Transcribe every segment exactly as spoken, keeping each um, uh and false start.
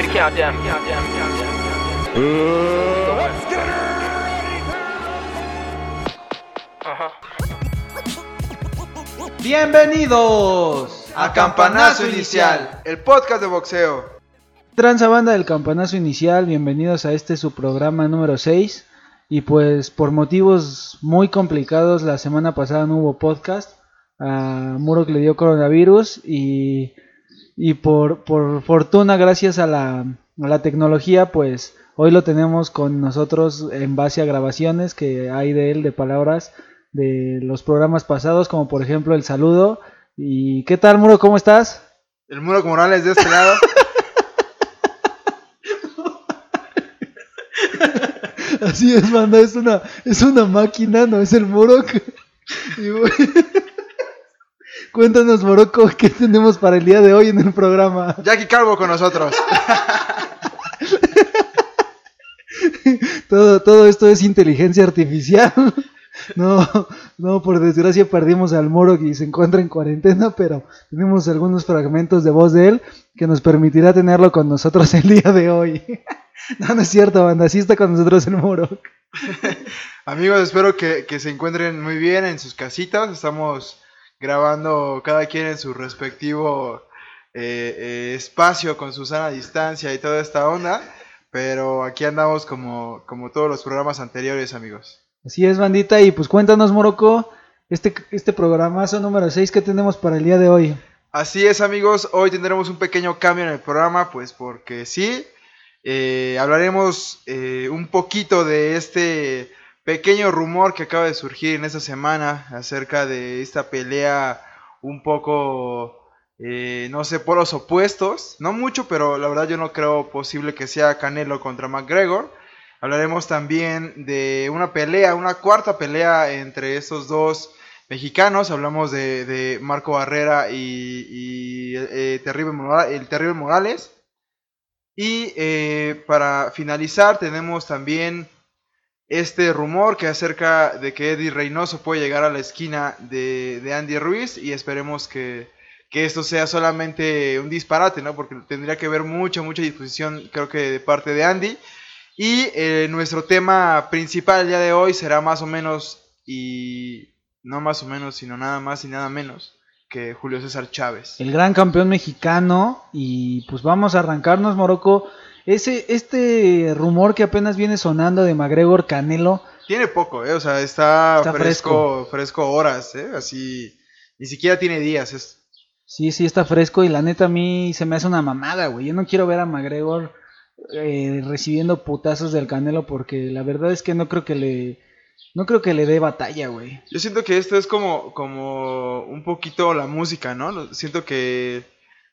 Countdown. Bienvenidos a Campanazo Inicial, el podcast de boxeo. Transa banda del Campanazo Inicial, bienvenidos a este su programa número seis. Y pues por motivos muy complicados la semana pasada no hubo podcast. A Muro que le dio coronavirus y, y por, por fortuna, gracias a la, a la tecnología, pues hoy lo tenemos con nosotros en base a grabaciones que hay de él, de palabras de los programas pasados, como por ejemplo el saludo. ¿Y qué tal, Muro? ¿Cómo estás? El Muro Morales de este lado. Así es, banda, es una, es una máquina, no es el Muro. Y bueno, cuéntanos, Moroco, ¿qué tenemos para el día de hoy en el programa? Jackie Calvo con nosotros. todo, todo esto es inteligencia artificial. No, no, por desgracia perdimos al Moro y se encuentra en cuarentena, pero tenemos algunos fragmentos de voz de él que nos permitirá tenerlo con nosotros el día de hoy. No, no es cierto, banda, sí está con nosotros el Moro. Amigos, espero que, que se encuentren muy bien en sus casitas. Estamos grabando cada quien en su respectivo eh, eh, espacio con su sana distancia y toda esta onda, pero aquí andamos como, como todos los programas anteriores, amigos. Así es, bandita, y pues cuéntanos, Moroco, este, este programazo número seis, ¿qué tenemos para el día de hoy? Así es, amigos, hoy tendremos un pequeño cambio en el programa, pues porque sí, eh, hablaremos eh, un poquito de este pequeño rumor que acaba de surgir en esta semana acerca de esta pelea un poco, eh, no sé, por los opuestos, no mucho, pero la verdad yo no creo posible que sea Canelo contra McGregor. Hablaremos también de una pelea, una cuarta pelea entre estos dos mexicanos. Hablamos de, de Marco Barrera y, y eh, Terrible Morales, el Terrible Morales. Y eh, para finalizar tenemos también este rumor que acerca de que Eddie Reynoso puede llegar a la esquina de, de Andy Ruiz. Y esperemos que, que esto sea solamente un disparate, ¿no? Porque tendría que haber mucha, mucha disposición, creo que de parte de Andy. Y eh, nuestro tema principal el día de hoy será más o menos, y no más o menos, sino nada más y nada menos que Julio César Chávez. El gran campeón mexicano, y pues vamos a arrancarnos, Moroco. Ese, este rumor que apenas viene sonando de McGregor Canelo. Tiene poco, eh, o sea, está, está fresco, fresco, fresco horas, eh, así, ni siquiera tiene días. Es... Sí, sí, está fresco, y la neta a mí se me hace una mamada, güey. Yo no quiero ver a McGregor Eh, recibiendo putazos del Canelo, porque la verdad es que no creo que le no creo que le dé batalla, güey. Yo siento que esto es como, como un poquito la música, ¿no? Siento que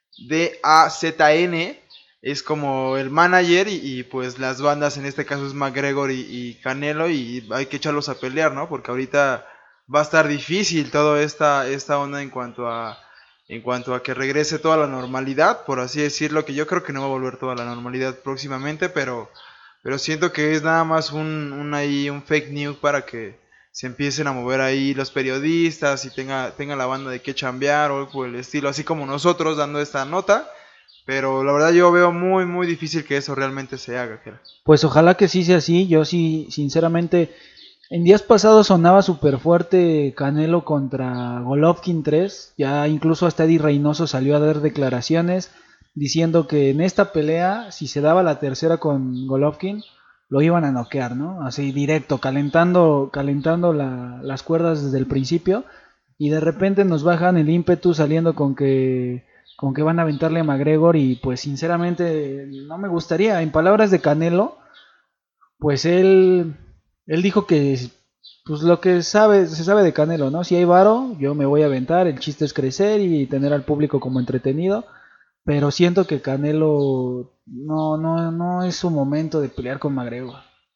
D A Z N es como el manager y, y pues las bandas, en este caso es McGregor y, y Canelo, y hay que echarlos a pelear, ¿no? Porque ahorita va a estar difícil toda esta, esta onda en cuanto a en cuanto a que regrese toda la normalidad, por así decirlo, que yo creo que no va a volver toda la normalidad próximamente, pero, pero siento que es nada más un, un, ahí, un fake news para que se empiecen a mover ahí los periodistas y tenga, tenga la banda de qué chambear o algo por el estilo, así como nosotros dando esta nota, pero la verdad yo veo muy, muy difícil que eso realmente se haga. Pues ojalá que sí sea así. Yo sí, sinceramente, en días pasados sonaba súper fuerte Canelo contra Golovkin tres. Ya incluso hasta Eddie Reynoso salió a dar declaraciones diciendo que en esta pelea, si se daba la tercera con Golovkin, lo iban a noquear, ¿no? Así directo, calentando, calentando la, las cuerdas desde el principio. Y de repente nos bajan el ímpetu saliendo con que, con que van a aventarle a McGregor. Y pues sinceramente no me gustaría. En palabras de Canelo, pues él... Él dijo que pues lo que sabe, se sabe de Canelo, ¿no? Si hay varo, yo me voy a aventar, el chiste es crecer y tener al público como entretenido, pero siento que Canelo no, no, no es su momento de pelear con McGregor.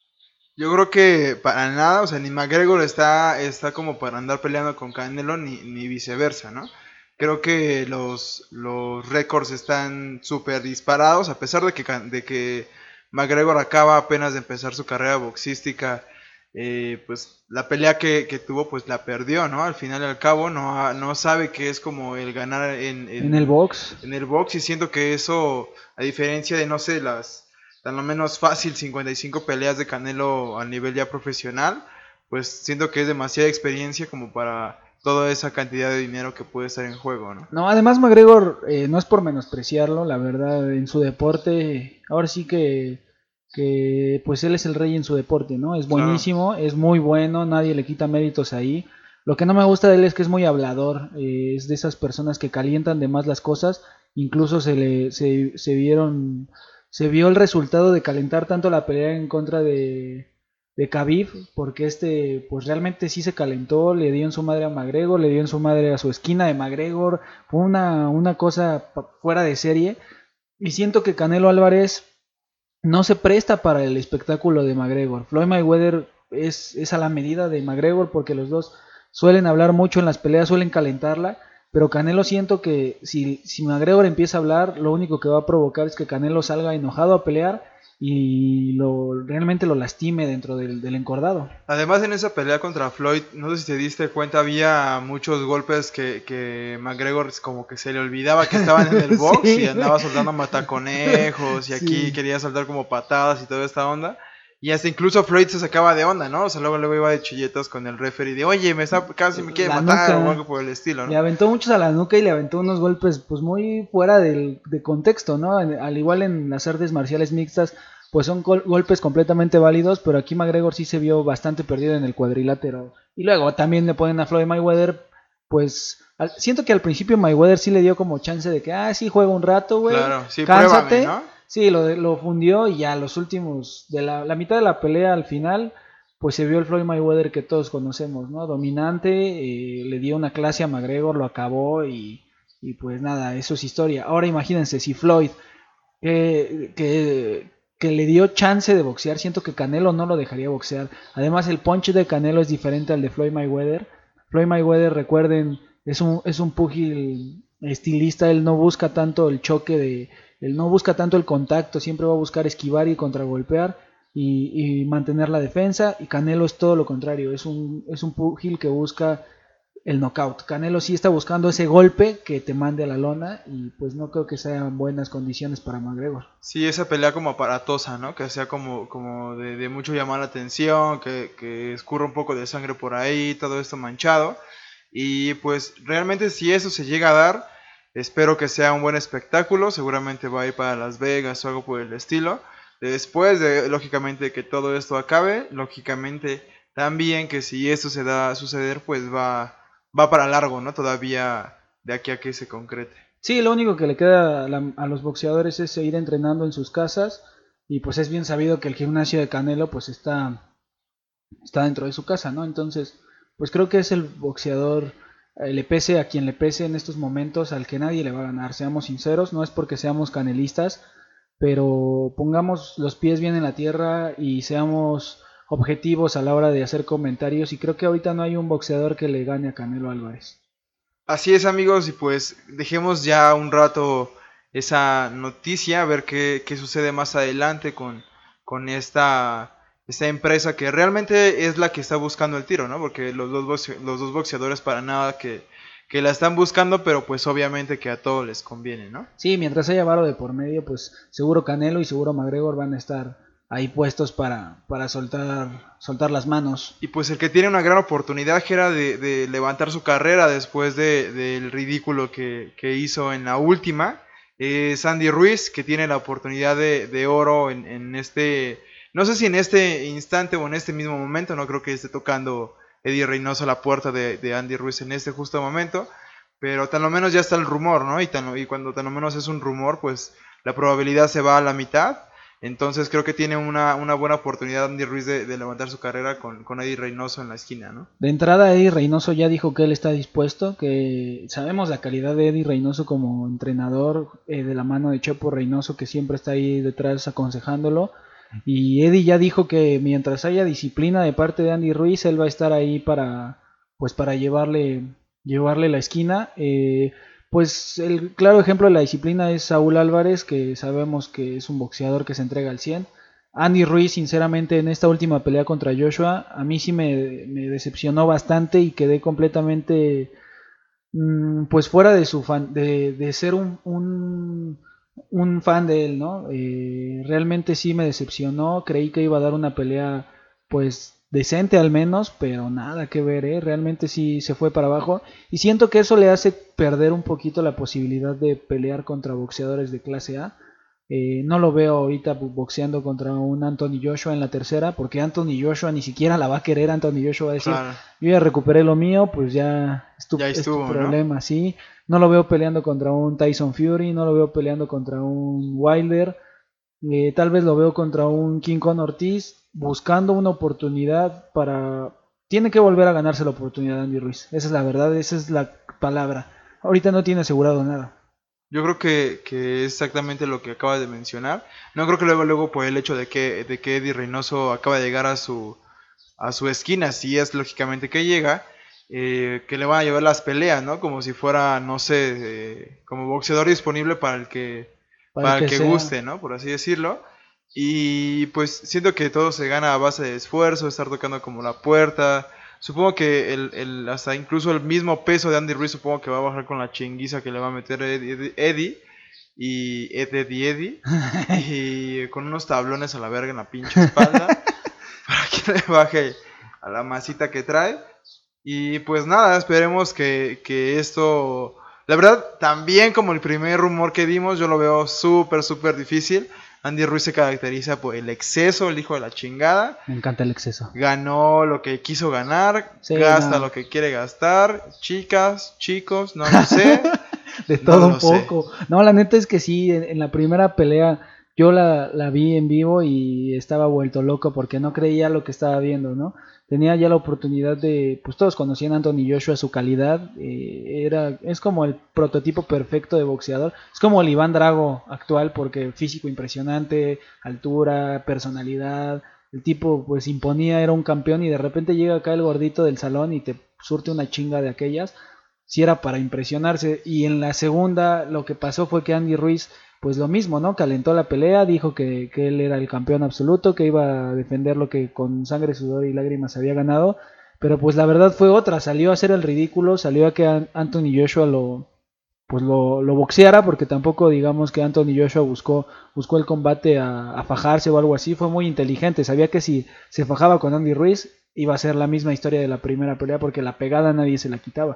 Yo creo que para nada, o sea, ni McGregor está, está como para andar peleando con Canelo, ni, ni viceversa, ¿no? Creo que los, los récords están súper disparados, a pesar de que, de que McGregor acaba apenas de empezar su carrera boxística. eh, pues la pelea que, que tuvo pues la perdió, ¿no? Al final y al cabo no, ha- no sabe qué es como el ganar en, En el en, box. en el box y siento que eso, a diferencia de, no sé, las tan lo menos fácil cincuenta y cinco peleas de Canelo a nivel ya profesional, pues siento que es demasiada experiencia como para toda esa cantidad de dinero que puede estar en juego, ¿no? No, además McGregor, eh, no es por menospreciarlo, la verdad, en su deporte, ahora sí que, que pues él es el rey en su deporte, ¿no? Es Claro. buenísimo, es muy bueno, nadie le quita méritos ahí. Lo que no me gusta de él es que es muy hablador, eh, es de esas personas que calientan de más las cosas, incluso se le se, se vieron, se vio el resultado de calentar tanto la pelea en contra de, de Khabib, porque este pues realmente sí se calentó, le dio en su madre a McGregor, le dio en su madre a su esquina de McGregor, fue una, una cosa fuera de serie, y siento que Canelo Álvarez no se presta para el espectáculo de McGregor. Floyd Mayweather es, es a la medida de McGregor porque los dos suelen hablar mucho en las peleas, suelen calentarla, pero Canelo siento que si, si McGregor empieza a hablar, lo único que va a provocar es que Canelo salga enojado a pelear y lo realmente lo lastime dentro del, del encordado. Además, en esa pelea contra Floyd, no sé si te diste cuenta, había muchos golpes que, que McGregor como que se le olvidaba que estaban en el box y Sí, andaba soltando mataconejos y aquí sí. quería soltar como patadas y toda esta onda. Y hasta incluso Floyd se sacaba de onda, ¿no? O sea, luego, luego iba de chilletas con el referee de, oye, me está, casi me quiere La matar o nuca. algo por el estilo, Le ¿no? aventó muchos a la nuca y le aventó unos golpes pues muy fuera del, de contexto, ¿no? Al igual en las artes marciales mixtas, pues son gol golpes completamente válidos, pero aquí McGregor sí se vio bastante perdido en el cuadrilátero. Y luego también le ponen a Floyd Mayweather, pues al, siento que al principio Mayweather sí le dio como chance de que, ah, sí, juega un rato, güey, Claro, sí, pruébame, cánsate. ¿no? Sí, lo, lo fundió y ya los últimos, de la, la mitad de la pelea al final, pues se vio el Floyd Mayweather que todos conocemos, ¿no? Dominante, eh, le dio una clase a McGregor, lo acabó y, y pues nada, eso es historia. Ahora imagínense si Floyd, que, que, que le dio chance de boxear, siento que Canelo no lo dejaría boxear. Además el punch de Canelo es diferente al de Floyd Mayweather. Floyd Mayweather, recuerden, es un, es un púgil estilista, él no busca tanto el choque de, él no busca tanto el contacto, siempre va a buscar esquivar y contragolpear y, y mantener la defensa. Y Canelo es todo lo contrario, es un, es un púgil que busca el knockout. Canelo sí está buscando ese golpe que te mande a la lona y pues no creo que sean buenas condiciones para McGregor. Sí, esa pelea como aparatosa, ¿no? Que sea como, como de, de mucho llamar la atención, que, que escurra un poco de sangre por ahí, todo esto manchado. Y pues realmente si eso se llega a dar, espero que sea un buen espectáculo, seguramente va a ir para Las Vegas o algo por el estilo. Después de, lógicamente, que todo esto acabe, lógicamente también que si esto se da a suceder, pues va, va para largo, ¿no? Todavía de aquí a que se concrete. Sí, lo único que le queda a, la, a los boxeadores es seguir entrenando en sus casas y pues es bien sabido que el gimnasio de Canelo pues está, está dentro de su casa, ¿no? Entonces, pues creo que es el boxeador, eh, le pese a quien le pese en estos momentos, al que nadie le va a ganar, seamos sinceros, no es porque seamos canelistas, pero pongamos los pies bien en la tierra y seamos objetivos a la hora de hacer comentarios y creo que ahorita no hay un boxeador que le gane a Canelo Álvarez. Así es, amigos, y pues dejemos ya un rato esa noticia, a ver qué, qué sucede más adelante con, con esta, esta empresa que realmente es la que está buscando el tiro, ¿no? Porque los dos, boxe- los dos boxeadores para nada que, que la están buscando, pero pues obviamente que a todos les conviene, ¿no? Sí, mientras haya varo de por medio, pues seguro Canelo y seguro McGregor van a estar ahí puestos para, para soltar, soltar las manos. Y pues el que tiene una gran oportunidad era de, de levantar su carrera después de, del ridículo que, que hizo en la última. Es Andy Ruiz, que tiene la oportunidad de, de oro en, en este, no sé si en este instante o en este mismo momento, no creo que esté tocando Eddie Reynoso la puerta de, de Andy Ruiz en este justo momento, pero tan lo menos ya está el rumor, ¿no? Y, tan, y cuando tan lo menos es un rumor, pues la probabilidad se va a la mitad. Entonces creo que tiene una, una buena oportunidad Andy Ruiz de, de levantar su carrera con, con Eddie Reynoso en la esquina, ¿no? De entrada, Eddie Reynoso ya dijo que él está dispuesto, que sabemos la calidad de Eddie Reynoso como entrenador, eh, de la mano de Chepo Reynoso, que siempre está ahí detrás aconsejándolo. Y Eddie ya dijo que mientras haya disciplina de parte de Andy Ruiz, él va a estar ahí para, pues para llevarle, llevarle la esquina. Eh, pues el claro ejemplo de la disciplina es Saúl Álvarez, que sabemos que es un boxeador que se entrega al cien. Andy Ruiz, sinceramente, en esta última pelea contra Joshua, a mí sí me, me decepcionó bastante y quedé completamente, mmm, pues fuera de su fan, de, de ser un, un, un fan de él, ¿no? Eh, realmente sí me decepcionó, creí que iba a dar una pelea, pues decente al menos, pero nada que ver, ¿eh? Realmente sí se fue para abajo y siento que eso le hace perder un poquito la posibilidad de pelear contra boxeadores de clase A. Eh, no lo veo ahorita boxeando contra un Anthony Joshua en la tercera, porque Anthony Joshua ni siquiera la va a querer. Anthony Joshua va a decir, Claro, yo ya recuperé lo mío, pues ya es tu, ya es tu estuvo, ¿no? problema, ¿sí? No lo veo peleando contra un Tyson Fury, no lo veo peleando contra un Wilder, eh, tal vez lo veo contra un King Kong Ortiz, buscando una oportunidad para... Tiene que volver a ganarse la oportunidad Andy Ruiz, esa es la verdad, esa es la palabra. Ahorita no tiene asegurado nada. Yo creo que, que es exactamente lo que acabas de mencionar. No creo que luego, luego por el hecho de que, de que Eddie Reynoso acaba de llegar a su, a su esquina, si es lógicamente que llega, eh, que le van a llevar las peleas, ¿no? Como si fuera, no sé, eh, como boxeador disponible para el que, Para el para el que que sea. guste, ¿no? Por así decirlo. Y pues siento que todo se gana a base de esfuerzo, estar tocando como la puerta. Supongo que el, el, hasta incluso el mismo peso de Andy Ruiz supongo que va a bajar con la chinguiza que le va a meter Eddie, Eddie y Eddie Eddie y con unos tablones a la verga en la pinche espalda para que le baje a la masita que trae. Y pues nada, esperemos que, que esto... La verdad, también como el primer rumor que dimos, yo lo veo súper, súper difícil. Andy Ruiz se caracteriza por el exceso, el hijo de la chingada. Me encanta el exceso. Ganó lo que quiso ganar, Sí, gasta no. lo que quiere gastar. Chicas, chicos, no lo sé. De No todo lo un sé. poco. No, la neta es que sí, en, en la primera pelea yo la, la vi en vivo y estaba vuelto loco porque no creía lo que estaba viendo, ¿no? Tenía ya la oportunidad de, pues todos conocían a Anthony Joshua, su calidad, eh, era, es como el prototipo perfecto de boxeador, es como el Iván Drago actual porque físico impresionante, altura, personalidad, el tipo pues imponía, era un campeón y de repente llega acá el gordito del salón y te surte una chinga de aquellas, si era para impresionarse. Y en la segunda lo que pasó fue que Andy Ruiz, pues lo mismo, ¿no? Calentó la pelea, dijo que, que él era el campeón absoluto, que iba a defender lo que con sangre, sudor y lágrimas había ganado. Pero pues la verdad fue otra, salió a hacer el ridículo, salió a que Anthony Joshua lo, pues lo, lo boxeara, porque tampoco digamos que Anthony Joshua buscó, buscó el combate a, a fajarse o algo así, fue muy inteligente, sabía que si se fajaba con Andy Ruiz iba a ser la misma historia de la primera pelea porque la pegada nadie se la quitaba,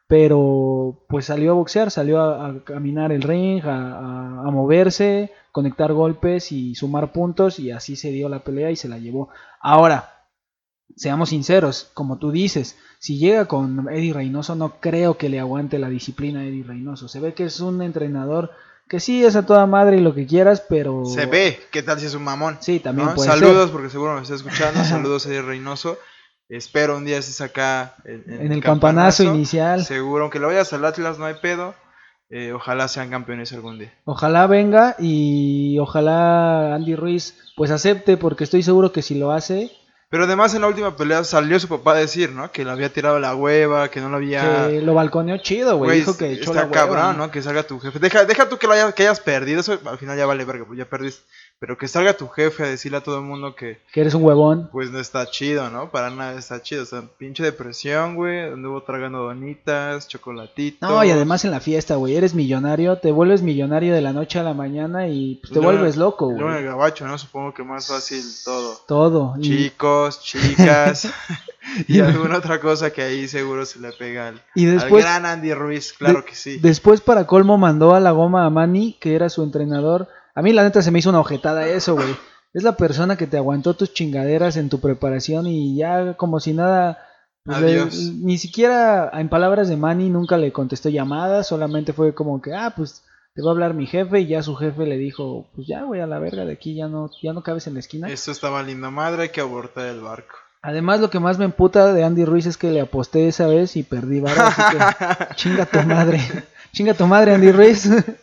pero pues salió a boxear, salió a, a caminar el ring, a, a, a moverse, conectar golpes y sumar puntos y así se dio la pelea y se la llevó. Ahora, seamos sinceros, como tú dices, si llega con Eddie Reynoso no creo que le aguante la disciplina a Eddie Reynoso. Se ve que es un entrenador que sí es a toda madre y lo que quieras, pero... Se ve, ¿qué tal si es un mamón? Sí, también ¿no? puede Saludos, ser. porque seguro me está escuchando. Saludos a Eddie Reynoso. Espero un día estés acá en, en En el el campanazo campanazo. inicial. Seguro, aunque lo vayas al Atlas, no hay pedo. Eh, ojalá sean campeones algún día. Ojalá venga y ojalá Andy Ruiz pues acepte, porque estoy seguro que si lo hace, Pero además en la última pelea salió su papá a decir, ¿no? Que le había tirado la hueva, que no lo había... que lo balconeó chido, güey. Güey, Dijo que echó la está hueva, cabrón, ¿no? ¿no? Que salga tu jefe. Deja, deja tú que, lo haya- que hayas perdido, eso al final ya vale verga, pues ya perdiste. Pero que salga tu jefe a decirle a todo el mundo que, Que eres un huevón. pues no está chido, ¿no? Para nada está chido. O sea, pinche depresión, güey. Anduvo tragando donitas, chocolatitos. No, y además en la fiesta, güey, eres millonario, te vuelves millonario de la noche a la mañana y pues, te Luego- vuelves loco, luego en güey. el gabacho, ¿no? Supongo que más fácil todo. Todo. Y, Chicos, chicas y y, alguna otra cosa que ahí seguro se le pega al, y al después, gran Andy Ruiz, claro de- que sí. después para colmo mandó a la goma a Manny, que era su entrenador. A mí la neta se me hizo una ojetada eso, güey. Es la persona que te aguantó tus chingaderas en tu preparación y ya como si nada, pues le- Adiós. ni siquiera en palabras de Manny nunca le contestó llamadas, solamente fue como que, ah, pues te va a hablar mi jefe y ya su jefe le dijo, pues ya, güey, a la verga de aquí ya no, ya no cabes en la esquina. Esto estaba linda madre, hay que abortar el barco. Además, lo que más me emputa de Andy Ruiz es que le aposté esa vez y perdí vara, así que chinga tu madre. Chinga tu madre, Andy Ruiz.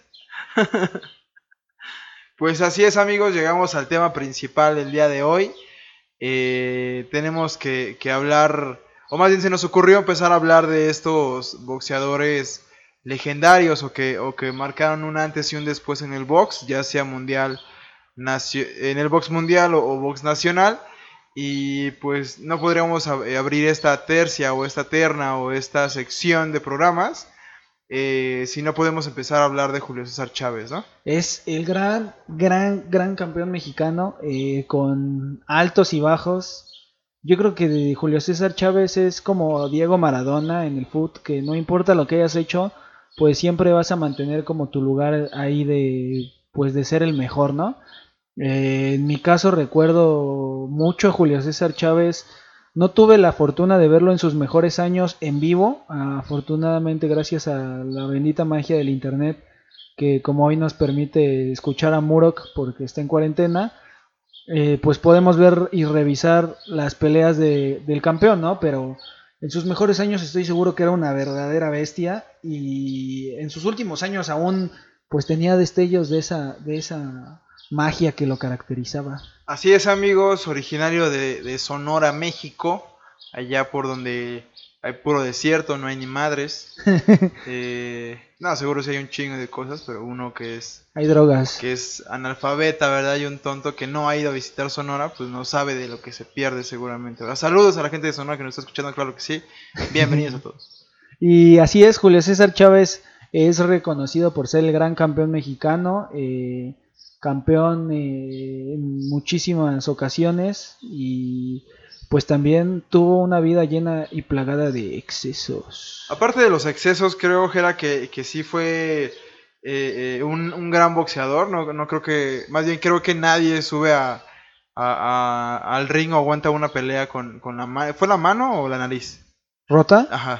Pues así es, amigos, llegamos al tema principal del día de hoy. Eh, tenemos que, que hablar, o más bien se nos ocurrió empezar a hablar de estos boxeadores legendarios o que, o que marcaron un antes y un después en el box, ya sea mundial nacio- en el box mundial o, o box nacional. Y pues no podríamos ab- eh, abrir esta tercia o esta terna o esta sección de programas eh, si no podemos empezar a hablar de Julio César Chávez, ¿no? Es el gran, gran, gran campeón mexicano eh, con altos y bajos. Yo creo que de Julio César Chávez es como Diego Maradona en el fútbol, que no importa lo que hayas hecho, pues siempre vas a mantener como tu lugar ahí de, pues de ser el mejor, ¿no? Eh, en mi caso recuerdo mucho a Julio César Chávez. No tuve la fortuna de verlo en sus mejores años en vivo, afortunadamente gracias a la bendita magia del internet que como hoy nos permite escuchar a Murok porque está en cuarentena, eh, pues podemos ver y revisar las peleas de, del campeón, ¿no? Pero en sus mejores años estoy seguro que era una verdadera bestia y en sus últimos años aún pues tenía destellos de esa, de esa magia que lo caracterizaba. Así es, amigos, originario de, de Sonora, México, allá por donde hay puro desierto, no hay ni madres. Eh, no, seguro sí hay un chingo de cosas, pero uno que es Hay drogas. que es analfabeta, ¿verdad? Y un tonto que no ha ido a visitar Sonora, pues no sabe de lo que se pierde seguramente, ¿verdad? Saludos a la gente de Sonora que nos está escuchando, claro que sí. Bienvenidos a todos. Y así es, Julio César Chávez es reconocido por ser el gran campeón mexicano, eh, campeón eh, en muchísimas ocasiones y pues también tuvo una vida llena y plagada de excesos. Aparte de los excesos, creo, Jera, que, que sí fue eh, eh, un, un gran boxeador. No, no creo que, más bien creo que nadie sube a, a- a- al ring o aguanta una pelea con, con la mano. ¿Fue la mano o la nariz? ¿Rota? Ajá.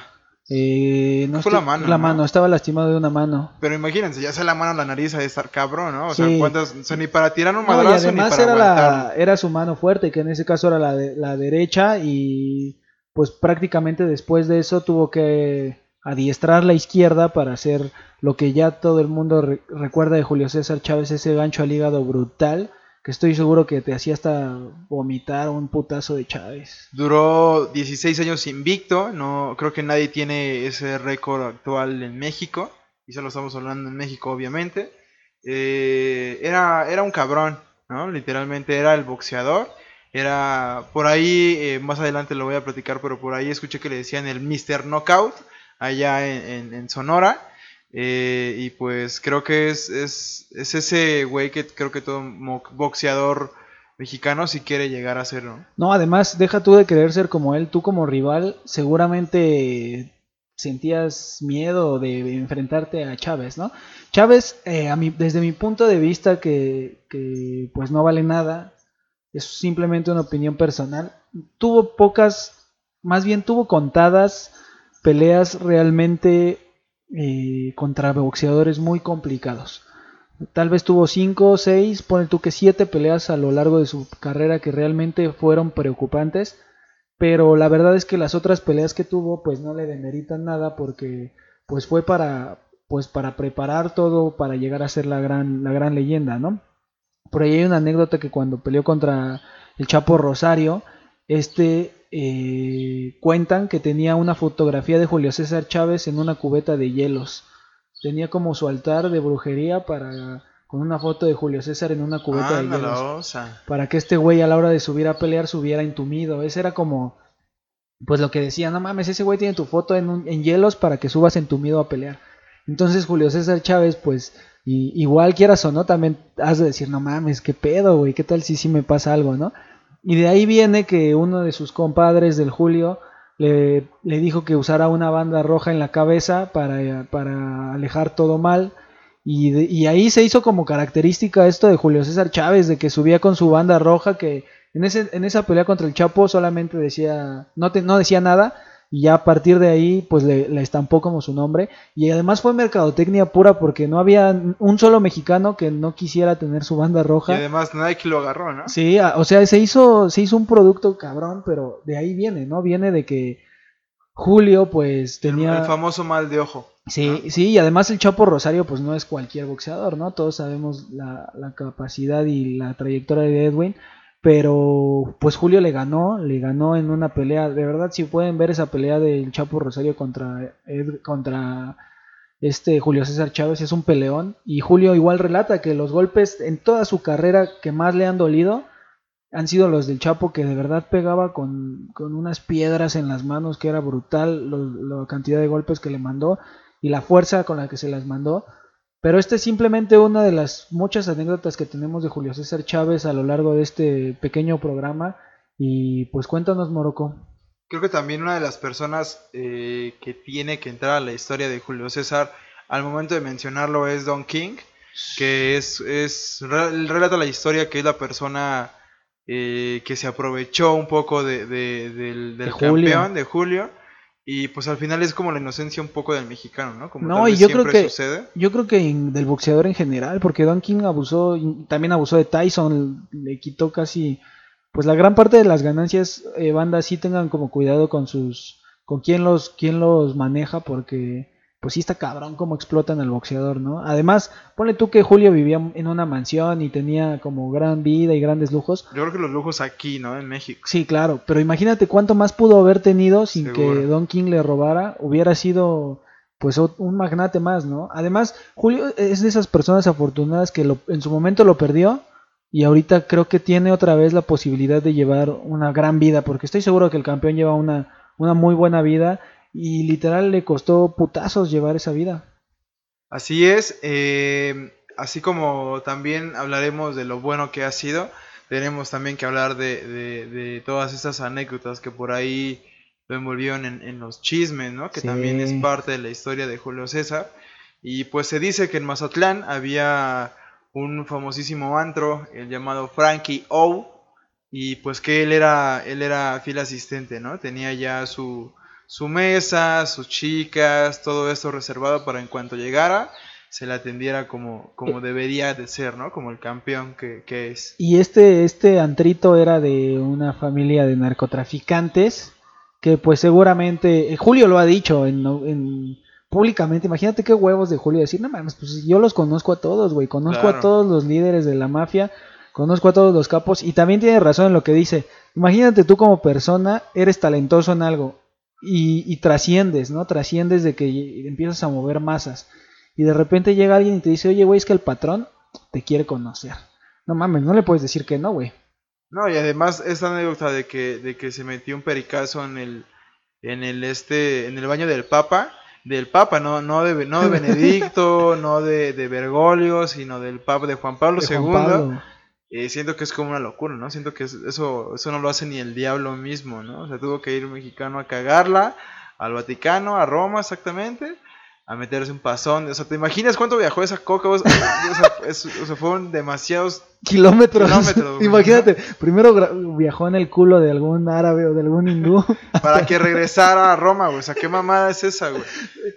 Eh, no Fue estoy- la mano, la ¿no? mano, estaba lastimado de una mano. Pero imagínense, ya sea la mano o la nariz ha de estar cabrón, ¿no? O sea, Sí. ¿cuántas? O sea, ni para tirar un No, y madrazo ni además para era, aguantarlo. la, era su mano fuerte, que en ese caso era la, de, la derecha, y pues prácticamente después de eso tuvo que adiestrar la izquierda para hacer lo que ya todo el mundo re- recuerda de Julio César Chávez, ese gancho al hígado brutal, que estoy seguro que te hacía hasta vomitar un putazo de Chávez. Duró dieciséis años invicto, no creo que nadie tiene ese récord actual en México, y solo estamos hablando en México obviamente. Eh, era, era un cabrón, ¿no? Literalmente era el boxeador, era por ahí, eh, más adelante lo voy a platicar, pero por ahí escuché que le decían el míster Knockout, allá en, en- en Sonora, eh, y pues creo que es, es, es ese güey que creo que todo mo- boxeador mexicano si quiere llegar a ser, ¿no? No, además, deja tú de querer ser como él, tú como rival, seguramente sentías miedo de enfrentarte a Chávez, ¿no? Chávez, eh, a mi, desde mi punto de vista, que, que pues no vale nada, es simplemente una opinión personal, tuvo pocas, más bien tuvo contadas peleas realmente eh, contra boxeadores muy complicados. Tal vez tuvo cinco o seis, pone tú que siete peleas a lo largo de su carrera que realmente fueron preocupantes, pero la verdad es que las otras peleas que tuvo pues no le demeritan nada porque pues fue para pues para preparar todo para llegar a ser la gran la gran leyenda, ¿no? Por ahí hay una anécdota que cuando peleó contra el Chapo Rosario, este eh, cuentan que tenía una fotografía de Julio César Chávez en una cubeta de hielos. Tenía como su altar de brujería para con una foto de Julio César en una cubeta de Anda la hielos. osa. Para que este güey a la hora de subir a pelear subiera entumido. Ese era como, pues lo que decía, no mames, ese güey tiene tu foto en, un- en hielos para que subas entumido a pelear. Entonces Julio César Chávez, pues, y, igual quieras o no, también has de decir, no mames, qué pedo, güey, qué tal si sí me pasa algo, ¿no? Y de ahí viene que uno de sus compadres del Julio le, le dijo que usara una banda roja en la cabeza para, para alejar todo mal. Y, de- y ahí se hizo como característica esto de Julio César Chávez, de que subía con su banda roja, que en, ese, en esa pelea contra el Chapo solamente decía, no, te, no decía nada, y ya a partir de ahí pues le, le estampó como su nombre. Y además fue mercadotecnia pura porque no había un solo mexicano que no quisiera tener su banda Y roja. además Nike lo agarró, ¿no? Sí, a- o sea, se hizo, se hizo un producto cabrón, pero de ahí viene, ¿no? Viene de que Julio pues El, tenía... el famoso mal de ojo. Sí, ¿no? sí, y además el Chapo Rosario pues no es cualquier boxeador, ¿no? Todos sabemos la, la capacidad y la trayectoria de Edwin, pero pues Julio le ganó, le ganó en una pelea, de verdad si pueden ver esa pelea del Chapo Rosario contra Ed- contra Este Julio César Chávez es un peleón y Julio igual relata que los golpes en toda su carrera que más le han dolido han sido los del Chapo, que de verdad pegaba con, con unas piedras en las manos, que era brutal lo, la cantidad de golpes que le mandó y la fuerza con la que se las mandó. Pero esta es simplemente una de las muchas anécdotas que tenemos de Julio César Chávez a lo largo de este pequeño programa. Y pues cuéntanos, Morocco. Creo que también una de las personas eh, que tiene que entrar a la historia de Julio César al momento de mencionarlo es Don King, que es, es relata la historia que es la persona eh, que se aprovechó un poco de, de, del, del De campeón, Julio. de Julio, y pues al final es como la inocencia un poco del mexicano, ¿no? Como No, tal y vez yo creo siempre que sucede. yo creo que en- del boxeador en general, porque Don King abusó, y también abusó de Tyson, le quitó casi, pues la gran parte de las ganancias. Eh, banda, sí tengan como cuidado con sus, con quién los, quién los maneja, porque pues sí está cabrón cómo explotan al boxeador, ¿no? Además, ponle tú que Julio vivía en una mansión y tenía como gran vida y grandes lujos. Yo creo que los lujos aquí, ¿no? En México, Sí, claro, pero imagínate cuánto más pudo haber tenido sin que seguro. Don King le robara, hubiera sido pues ot- un magnate más, ¿no? Además, Julio es de esas personas afortunadas que lo- en su momento lo perdió y ahorita creo que tiene otra vez la posibilidad de llevar una gran vida, porque estoy seguro que el campeón lleva una, una muy buena vida y literal le costó putazos llevar esa vida. Así es, eh, así como también hablaremos de lo bueno que ha sido, tenemos también que hablar de, de, de todas estas anécdotas que por ahí lo envolvieron en, en los chismes, ¿no? Que también es Sí. parte de la historia de Julio César. Y pues se dice que en Mazatlán había un famosísimo antro, el llamado Frankie O, y pues que él era, él era fiel asistente, ¿no? Tenía ya su, su mesa, sus chicas, todo esto reservado para en cuanto llegara se le atendiera como, como debería de ser, ¿no? Como el campeón que, que es. Y este, este antrito era de una familia de narcotraficantes que pues seguramente, eh, Julio lo ha dicho en, en- públicamente. Imagínate qué huevos de Julio decir, no mames, pues yo los conozco a todos, güey, conozco a Claro, todos los líderes de la mafia, conozco a todos los capos y también tiene razón en lo que dice. Imagínate tú como persona, eres talentoso en algo y, y trasciendes, ¿no? Trasciendes de que empiezas a mover masas y de repente llega alguien y te dice, oye, güey, es que el patrón te quiere conocer. No mames, no le puedes decir que no, güey. no, y además esta anécdota de que, de que se metió un pericazo en el, en el este, en el baño del Papa, del Papa, no, no de, no de Benedicto, no de, de Bergoglio, sino del Papa de Juan Pablo De Juan segundo. Pablo. Eh, siento que es como una locura, ¿no? Siento que es- eso, eso no lo hace ni el diablo mismo, ¿no? O sea, tuvo que ir un mexicano a cagarla, al Vaticano, a Roma exactamente, a meterse un pasón. O sea, ¿te imaginas cuánto viajó esa coca? O sea, o sea, es- o sea, fueron demasiados Kilómetros. kilómetros, güey, Imagínate, ¿no? primero viajó en el culo de algún árabe o de algún hindú. Para que regresara a Roma, güey. O sea, ¿qué mamada es esa, güey?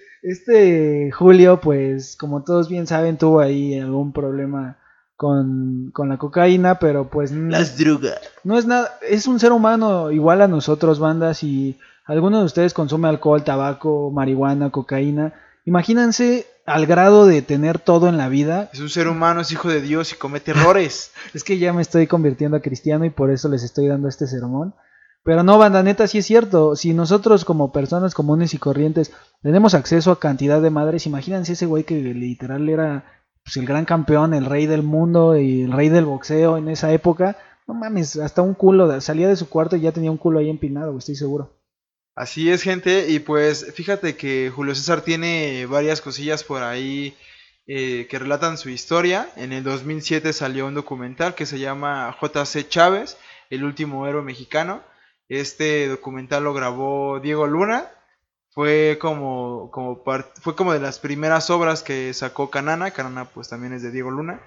Este Julio, pues, como todos bien saben, tuvo ahí algún problema con, con la cocaína, pero pues Las drogas. no es nada, es un ser humano igual a nosotros, bandas, y alguno de ustedes consume alcohol, tabaco, marihuana, cocaína. Imagínense al grado de tener todo en la vida. Es un ser humano, es hijo de Dios y comete errores. Es que ya me estoy convirtiendo a cristiano y por eso les estoy dando este sermón. Pero no, banda, neta, sí es cierto. Si nosotros como personas comunes y corrientes tenemos acceso a cantidad de madres, imagínense ese güey que literal era pues, el gran campeón, el rey del mundo y el rey del boxeo en esa época. No mames, hasta un culo, salía de su cuarto y ya tenía un culo ahí empinado, estoy seguro. Así es, gente. Y pues fíjate que Julio César tiene varias cosillas por ahí eh, que relatan su historia. En el dos mil siete salió un documental que se llama J C Chávez, el último héroe mexicano. Este documental lo grabó Diego Luna. Fue como, como part- fue como de las primeras obras que sacó Canana. Canana pues también es de Diego Luna.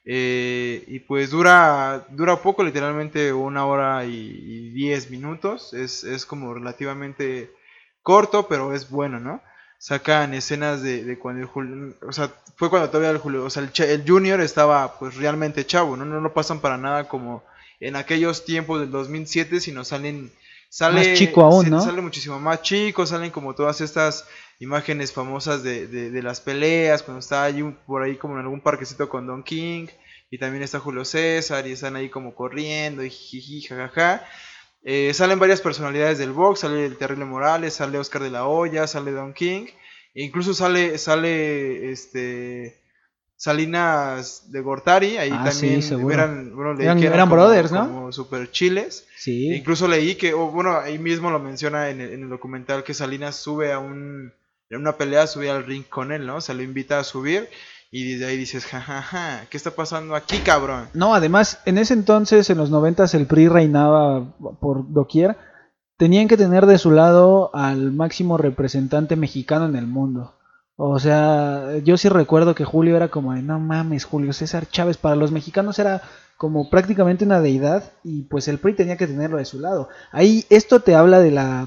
Eh, y pues dura, dura poco, literalmente una hora y, y diez minutos. Es, es como relativamente corto, pero es bueno, ¿no? Sacan escenas de, de cuando el Julio, o sea, fue cuando todavía el Julio, o sea, el, cha- el Junior estaba pues realmente chavo, ¿no? No lo pasan para nada como en aquellos tiempos del dos mil siete, sino salen, Más chico sale, aún, se- ¿no? sale muchísimo más chico, salen como todas estas imágenes famosas de, de, de las peleas, cuando está ahí un- por ahí como en algún parquecito con Don King, y también está Julio César, y están ahí como corriendo, y jiji, jajaja. Eh, salen varias personalidades del box, sale el Terrible Morales, sale Oscar de la Hoya, sale Don King, E incluso sale, sale este Salinas de Gortari, ahí Ah, también sí, seguro. eran, bueno, leí Eran, que eran, eran como, brothers, ¿no? como super chiles. E Sí. incluso leí que, o bueno, ahí mismo lo menciona en el, en el documental que Salinas sube a un, en una pelea, sube al ring con él, ¿no? Se lo invita a subir y desde ahí dices, jajaja, ja, ja, ¿qué está pasando aquí, cabrón? No, además, en ese entonces, en los noventas, el P R I reinaba por doquier. Tenían que tener de su lado al máximo representante mexicano en el mundo. O sea, yo sí recuerdo que Julio era como de, no mames, Julio César Chávez, para los mexicanos era como prácticamente una deidad y pues el P R I tenía que tenerlo de su lado. Ahí esto te habla de la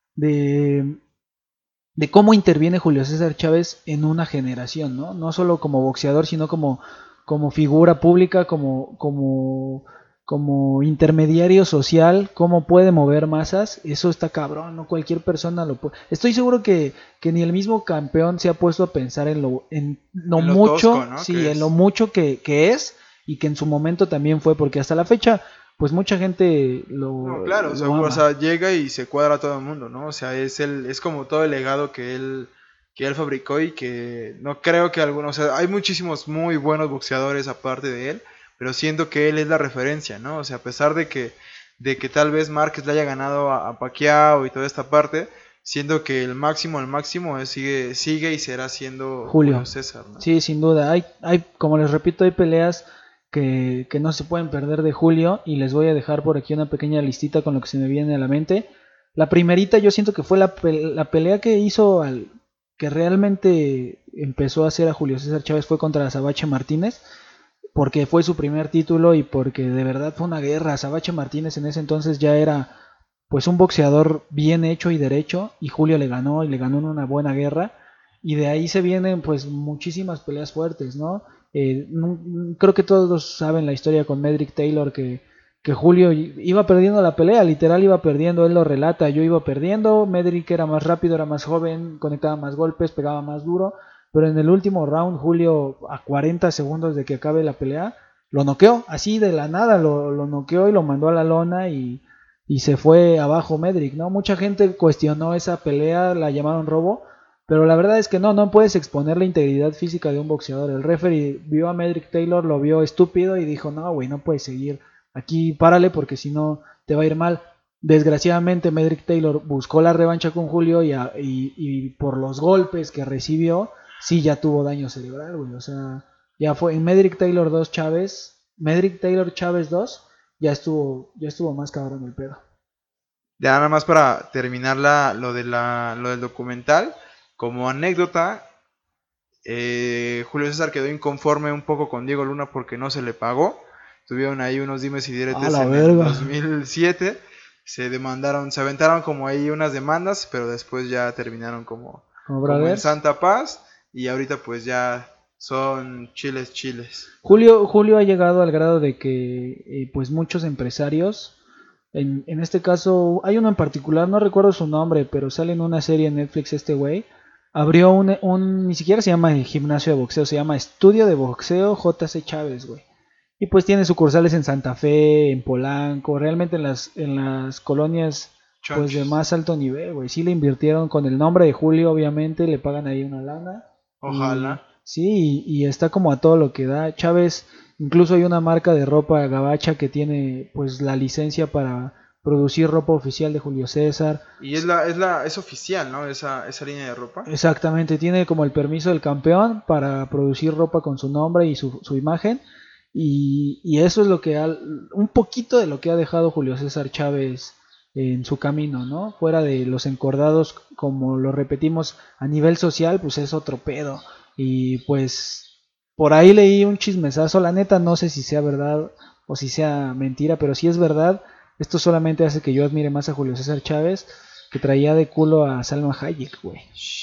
de de cómo interviene Julio César Chávez en una generación, ¿no? No solo como boxeador, sino como, como figura pública, como, como, como intermediario social, cómo puede mover masas, eso está cabrón, no cualquier persona lo puede. Estoy seguro que, que ni el mismo campeón se ha puesto a pensar en lo, en lo En lo mucho, tosco, ¿no? sí, Que en es. lo mucho que, que es y que en su momento también fue, porque hasta la fecha, pues mucha gente lo, No, claro, o sea, lo o ama. sea, llega y se cuadra a todo el mundo, ¿no? O sea, es el, es como todo el legado que él, que él fabricó y que no creo que algunos, o sea, hay muchísimos muy buenos boxeadores aparte de él, pero siento que él es la referencia, ¿no? O sea, a pesar de que, de que tal vez Márquez le haya ganado a, a Pacquiao y toda esta parte, siento que el máximo, el máximo es, sigue, sigue y será siendo Julio. Julio César, ¿no? Sí, sin duda. Hay, hay, como les repito, hay peleas que, que no se pueden perder de Julio y les voy a dejar por aquí una pequeña listita con lo que se me viene a la mente. La primerita yo siento que fue la, pe- la pelea que hizo al que realmente empezó a hacer a Julio César Chávez fue contra Azabache Martínez, porque fue su primer título y porque de verdad fue una guerra. Azabache Martínez en ese entonces ya era pues un boxeador bien hecho y derecho y Julio le ganó y le ganó en una buena guerra y de ahí se vienen pues muchísimas peleas fuertes, ¿no? Eh, no creo que todos saben la historia con Medrick Taylor que, que Julio iba perdiendo la pelea, literal iba perdiendo, él lo relata, yo iba perdiendo, Medrick era más rápido, era más joven, conectaba más golpes, pegaba más duro, pero en el último round Julio a cuarenta segundos de que acabe la pelea lo noqueó, así de la nada lo, lo noqueó y lo mandó a la lona y y se fue abajo Medrick, ¿no? Mucha gente cuestionó esa pelea, la llamaron robo, pero la verdad es que no, no puedes exponer la integridad física de un boxeador. El referee vio a Medrick Taylor, lo vio estúpido y dijo, no, güey, no puedes seguir aquí, párale porque si no te va a ir mal. Desgraciadamente Medrick Taylor buscó la revancha con Julio y, a, y, y por los golpes que recibió, sí ya tuvo daño cerebral, güey, o sea, ya fue en Medrick Taylor dos Chávez, Medrick Taylor Chávez dos, ya estuvo, ya estuvo más cabrón el pedo. Ya nada más para terminar la, lo, de la, lo del documental, como anécdota, eh, Julio César quedó inconforme un poco con Diego Luna porque no se le pagó. Tuvieron ahí unos dimes y diretes en verga. el dos mil siete. Se demandaron, se aventaron como ahí unas demandas, pero después ya terminaron como, Como, como en Santa Paz. Y ahorita pues ya son chiles, chiles. Julio, Julio ha llegado al grado de que eh, pues muchos empresarios, en, en este caso hay uno en particular, no recuerdo su nombre, pero sale en una serie en Netflix este güey, abrió un, un, ni siquiera se llama gimnasio de boxeo, se llama Estudio de Boxeo J C Chávez, güey. Y pues tiene sucursales en Santa Fe, en Polanco, realmente en las, en las colonias pues de más alto nivel, güey. Sí le invirtieron con el nombre de Julio, obviamente, le pagan ahí una lana. Ojalá. Y, sí, y, y está como a todo lo que da. Chávez, incluso hay una marca de ropa gabacha que tiene pues la licencia para producir ropa oficial de Julio César. Y es la, es la, es oficial, ¿no? Esa, esa línea de ropa. Exactamente, tiene como el permiso del campeón para producir ropa con su nombre y su, su imagen. Y, y eso es lo que ha, un poquito de lo que ha dejado Julio César Chávez en su camino, ¿no? Fuera de los encordados, como lo repetimos, a nivel social, pues es otro pedo. Y pues por ahí leí un chismesazo, la neta no sé si sea verdad o si sea mentira, pero si es verdad, esto solamente hace que yo admire más a Julio César Chávez, que traía de culo a Salma Hayek, güey.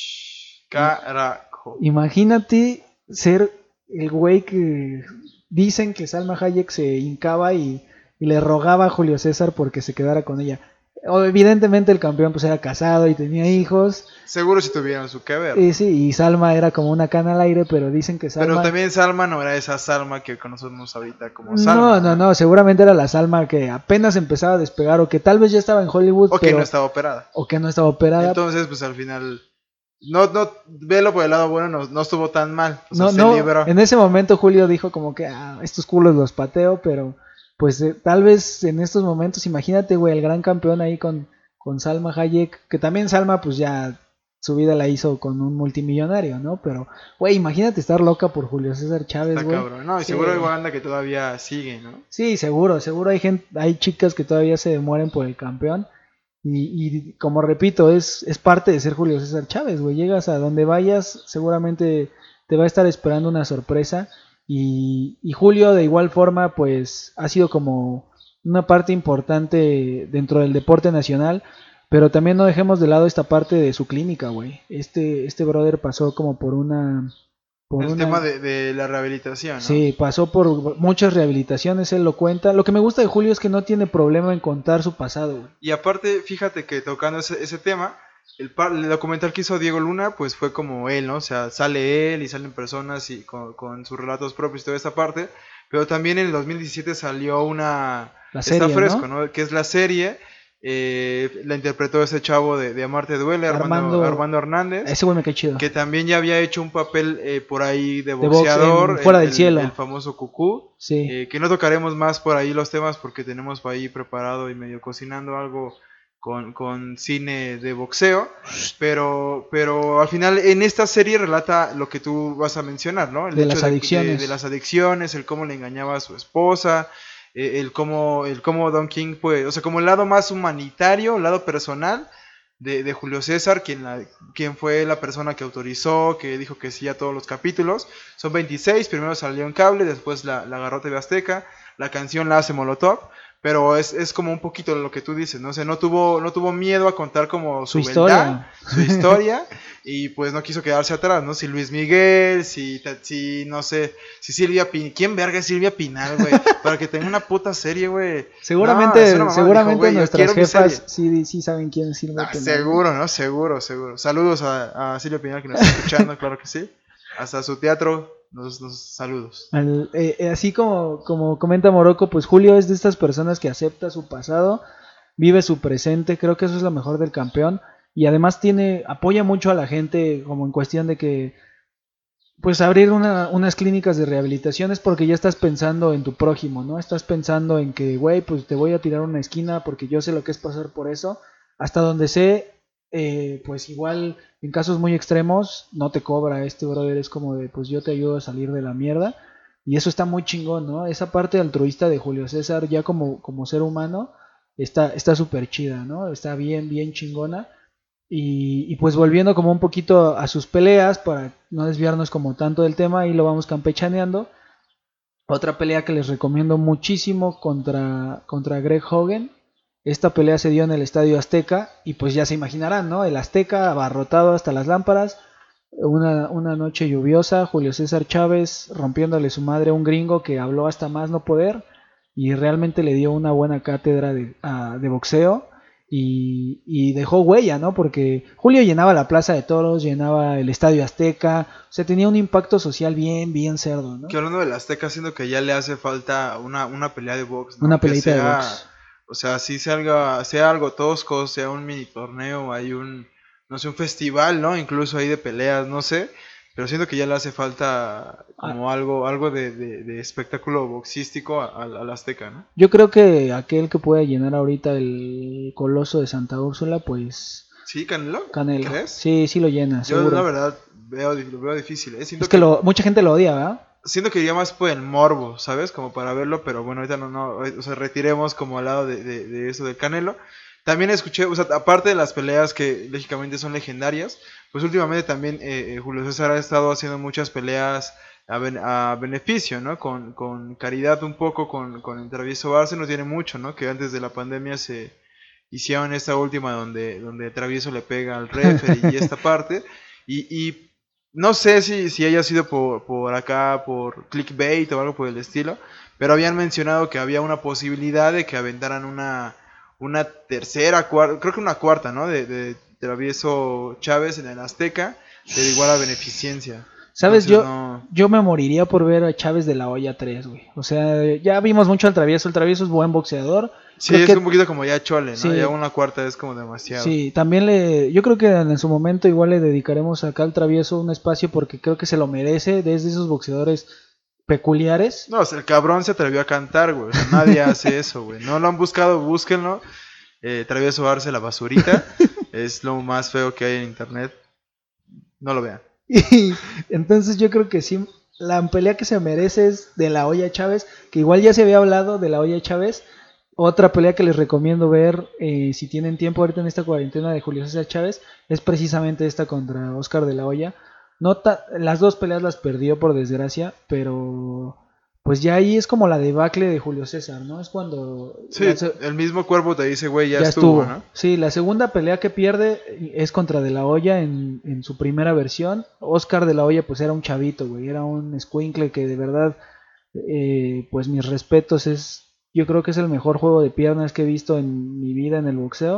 Carajo. Imagínate ser el güey que dicen que Salma Hayek se hincaba y, y le rogaba a Julio César porque se quedara con ella. Evidentemente el campeón pues era casado y tenía hijos. Seguro si tuvieran su que ver. Y sí, y Salma era como una cana al aire, pero dicen que Salma... Pero también Salma no era esa Salma que conocemos ahorita como No, Salma. no, no, seguramente era la Salma que apenas empezaba a despegar o que tal vez ya estaba en Hollywood. O pero... que no estaba operada. O que no estaba operada. Entonces pues al final no, no, velo por el lado bueno, no, no estuvo tan mal. O sea, no, se no, libró. en ese momento Julio dijo como que ah, estos culos los pateo, pero pues eh, tal vez en estos momentos, imagínate, güey, el gran campeón ahí con, con Salma Hayek, que también Salma pues ya su vida la hizo con un multimillonario, ¿no? Pero, güey, imagínate estar loca por Julio César Chávez, Está güey. cabrón. No, y Sí. seguro hay banda que todavía sigue, ¿no? Sí, seguro, seguro hay gente, hay chicas que todavía se mueren por el campeón. Y, y como repito, es, es parte de ser Julio César Chávez, güey. Llegas a donde vayas, seguramente te va a estar esperando una sorpresa. Y, y Julio, de igual forma, pues ha sido como una parte importante dentro del deporte nacional. Pero también no dejemos de lado esta parte de su clínica, güey. Este, este brother pasó como por una... Por El una... tema de, de la rehabilitación, ¿no? Sí, pasó por muchas rehabilitaciones, él lo cuenta. Lo que me gusta de Julio es que no tiene problema en contar su pasado, güey. Y aparte, fíjate que tocando ese, ese tema, el, par, el documental que hizo Diego Luna, pues fue como él, ¿no? O sea, sale él y salen personas y con, con sus relatos propios y toda esta parte. Pero también en el dos mil diecisiete salió una... La serie, está fresco, ¿no? ¿no? Que es la serie. Eh, la interpretó ese chavo de, de Amarte Duele, Armando, Armando, Armando Hernández. Ese güey me cae chido. Que también ya había hecho un papel eh, por ahí de De box boxeador. en Fuera el, del el- Cielo. El famoso Cucú. Sí. Eh, que no tocaremos más por ahí los temas porque tenemos por ahí preparado y medio cocinando algo con, con cine de boxeo. Pero, pero al final en esta serie relata lo que tú vas a mencionar, ¿no? El De hecho las de, adicciones. De, de las adicciones, el cómo le engañaba a su esposa, eh, el cómo, el cómo Don King, pues, o sea, como el lado más humanitario, el lado personal de, de Julio César, quien, la, quien fue la persona que autorizó, que dijo que sí a todos los capítulos. Son veintiséis, primero salió en cable, después la, la agarró T V Azteca, la canción la hace Molotov, pero es, es como un poquito lo que tú dices, ¿no? O sea, no tuvo, no tuvo miedo a contar como su, Su verdad, historia. su historia, y pues no quiso quedarse atrás, ¿no? Si Luis Miguel, si, si no sé, si Silvia Pinal, ¿quién verga es Silvia Pinal, güey? Para que tenga una puta serie, güey. Seguramente, No, es una mamada. seguramente Dijo, güey, yo nuestras quiero mi jefas serie. sí, sí saben quién es Silvia Ah, Pinal. seguro, ¿no? Seguro, seguro. Saludos a, a Silvia Pinal que nos está escuchando, claro que sí. Hasta su teatro, nos, nos saludos. Al- eh, eh, así como, como comenta Morocco, pues Julio es de estas personas que acepta su pasado, vive su presente, creo que eso es lo mejor del campeón. Y además tiene, apoya mucho a la gente como en cuestión de que pues abrir una, unas clínicas de rehabilitación es porque ya estás pensando en tu prójimo, ¿no? Estás pensando en que, güey, pues te voy a tirar una esquina porque yo sé lo que es pasar por eso. Hasta donde sé, eh, pues igual en casos muy extremos no te cobra este brother, es como de, pues yo te ayudo a salir de la mierda. Y eso está muy chingón, ¿no? Esa parte altruista de Julio César ya como, como ser humano está está súper chida, ¿no? Está bien, bien chingona. Y, y pues volviendo como un poquito a sus peleas, para no desviarnos como tanto del tema, y lo vamos campechaneando. Otra pelea que les recomiendo muchísimo contra, contra Greg Hogan. Esta pelea se dio en el Estadio Azteca y pues ya se imaginarán, ¿no? El Azteca abarrotado hasta las lámparas. Una, una noche lluviosa, Julio César Chávez rompiéndole su madre a un gringo que habló hasta más no poder y realmente le dio una buena cátedra de, a, de boxeo. Y, y dejó huella, ¿no? Porque Julio llenaba la Plaza de Toros, llenaba el Estadio Azteca, o sea, tenía un impacto social bien, bien cerdo, ¿no? Que hablando del Azteca, siento que ya le hace falta una, una pelea de box, ¿no? Una Que peleita de sea- box. O sea, si sea algo, sea algo tosco, sea un mini torneo, hay un, no sé, un festival, ¿no? Incluso ahí de peleas, no sé. Pero siento que ya le hace falta como algo, algo de, de, de espectáculo boxístico a- al al Azteca, ¿no? Yo creo que aquel que puede llenar ahorita el Coloso de Santa Úrsula, pues ¿Sí, Canelo? Canelo. ¿Crees? Sí, sí lo llena, Yo seguro. la verdad veo, lo veo difícil, ¿eh? Siento Es que lo, mucha gente lo odia, ¿verdad? siento que iría más por el morbo, ¿sabes? Como para verlo, pero bueno, ahorita no, no, o sea, retiremos como al lado de, de, de eso del Canelo. También escuché, o sea, aparte de las peleas que lógicamente son legendarias, pues últimamente también eh, eh, Julio César ha estado haciendo muchas peleas a, ben- a beneficio, ¿no? Con, con caridad un poco, con, con el Travieso Barce, no tiene mucho, ¿no? Que antes de la pandemia se hicieron esta última donde, donde Travieso le pega al referee y esta parte, y, y no sé si, si haya sido por, por acá, por clickbait o algo por el estilo, pero habían mencionado que había una posibilidad de que aventaran una, una tercera, cuarta, creo que una cuarta, ¿no? De, de Travieso Chávez en el Azteca, pero igual a beneficencia. ¿Sabes? Entonces, Yo, no- yo me moriría por ver a Chávez de la Hoya tres, güey. O sea, ya vimos mucho al Travieso. El Travieso es buen boxeador. Sí, creo es que, un poquito como ya chole, ¿no? sí, Ya una cuarta es como demasiado. Sí, también le, yo creo que en su momento igual le dedicaremos acá al Travieso un espacio porque creo que se lo merece, desde esos boxeadores peculiares. No, o sea, el cabrón se atrevió a cantar, güey. O sea, nadie hace eso, güey. No lo han buscado, búsquenlo. Eh, Travieso Arce, la basurita. Es lo más feo que hay en internet. No lo vean. Y entonces yo creo que sí, la pelea que se merece es de La Hoya Chávez, que igual ya se había hablado de La Hoya Chávez. Otra pelea que les recomiendo ver, eh, si tienen tiempo ahorita en esta cuarentena, de Julio César Chávez, es precisamente esta contra Oscar de la Hoya. No ta- las dos peleas las perdió por desgracia, pero pues ya ahí es como la debacle de Julio César, ¿no? Es cuando Sí, la se- el mismo cuerpo te dice, güey, ya, ya estuvo, estuvo. ¿no? Sí, la segunda pelea que pierde es contra De la Hoya en, en su primera versión. Oscar de la Hoya pues era un chavito, güey, era un escuincle que de verdad, eh, pues mis respetos, es, yo creo que es el mejor juego de piernas que he visto en mi vida en el boxeo,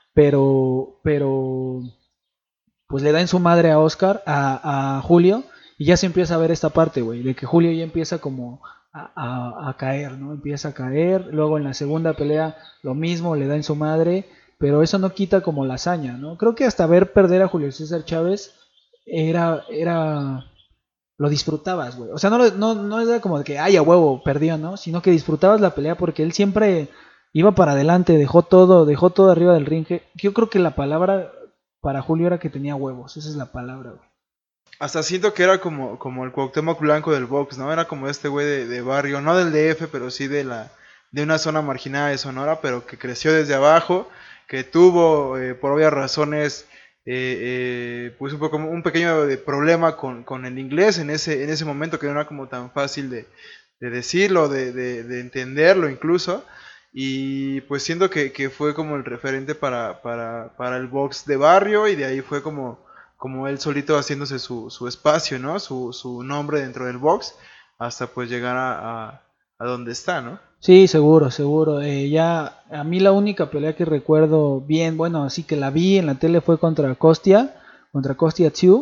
pero, pero, pues le da en su madre a Oscar, a, a Julio, y ya se empieza a ver esta parte, güey, de que Julio ya empieza como a, a, a caer, ¿no? Empieza a caer, luego en la segunda pelea lo mismo, le da en su madre, pero eso no quita como la hazaña, ¿no? Creo que hasta ver perder a Julio César Chávez era, era, lo disfrutabas, güey. O sea, no, no, no era como de que, ay, a huevo, perdió, ¿no? Sino que disfrutabas la pelea porque él siempre iba para adelante, dejó todo, dejó todo arriba del ring. Yo creo que la palabra para Julio era que tenía huevos, esa es la palabra, güey. Hasta siento que era como, como el Cuauhtémoc Blanco del box, ¿no? Era como este güey de, de barrio, no del D F, pero sí de la de una zona marginada de Sonora, pero que creció desde abajo, que tuvo, eh, por obvias razones, eh, eh, pues un, poco, un pequeño de problema con, con el inglés en ese, en ese momento, que no era como tan fácil de, de decirlo, de, de, de entenderlo incluso. Y pues siento que, que fue como el referente para, para, para el box de barrio, y de ahí fue como como él solito haciéndose su, su espacio, ¿no? Su, su nombre dentro del box, hasta pues llegar a, a, a donde está, ¿no? Sí, seguro, seguro. Eh, ya a mí la única pelea que recuerdo bien, bueno, así que la vi en la tele fue contra Costia, contra Costia Tzu.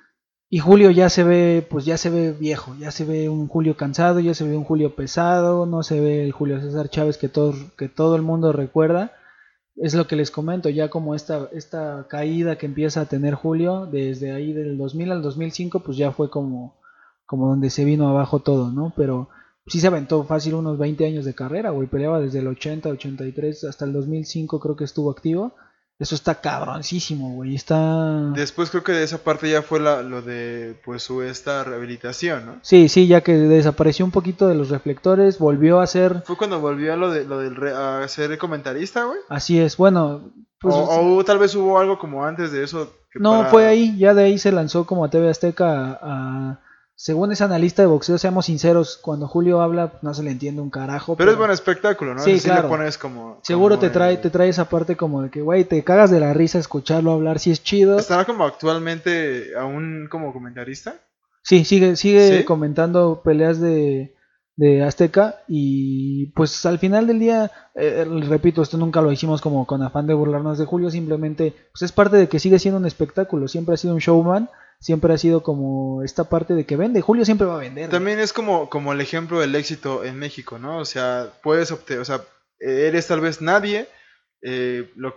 Y Julio ya se ve, pues ya se ve viejo, ya se ve un Julio cansado, ya se ve un Julio pesado, no se ve el Julio César Chávez que todo, que todo el mundo recuerda. Es lo que les comento, ya como esta, esta caída que empieza a tener Julio, desde ahí del dos mil al dos mil cinco, pues ya fue como, como donde se vino abajo todo, ¿no? Pero sí se aventó fácil unos veinte años de carrera, güey, peleaba desde el ochenta, ochenta y tres hasta el dos mil cinco creo que estuvo activo. Eso está cabroncísimo, güey, está... Después creo que de esa parte ya fue la, lo de pues su esta rehabilitación, ¿no? Sí, sí, ya que desapareció un poquito de los reflectores, volvió a ser... Fue cuando volvió a lo, de, lo del re, a ser comentarista, güey. Así es, bueno... Pues, o, o tal vez hubo algo como antes de eso. Que no, para... fue ahí, ya de ahí se lanzó como a T V Azteca a, a... Según es analista de boxeo, seamos sinceros, cuando Julio habla no se le entiende un carajo. Pero, pero es buen espectáculo, ¿no? Sí, si claro. le pones como... Seguro como te trae el... te trae esa parte como de que, güey, te cagas de la risa escucharlo hablar, si es chido. ¿Estará como actualmente aún como comentarista? Sí, sigue sigue ¿Sí? comentando peleas de, de Azteca y pues al final del día, eh, repito, esto nunca lo hicimos como con afán de burlarnos de Julio, simplemente pues es parte de que sigue siendo un espectáculo, siempre ha sido un showman, siempre ha sido como esta parte de que vende, Julio siempre va a vender. También es como, como el ejemplo del éxito en México, ¿no? O sea, puedes obtener, o sea, eres tal vez nadie, eh, lo,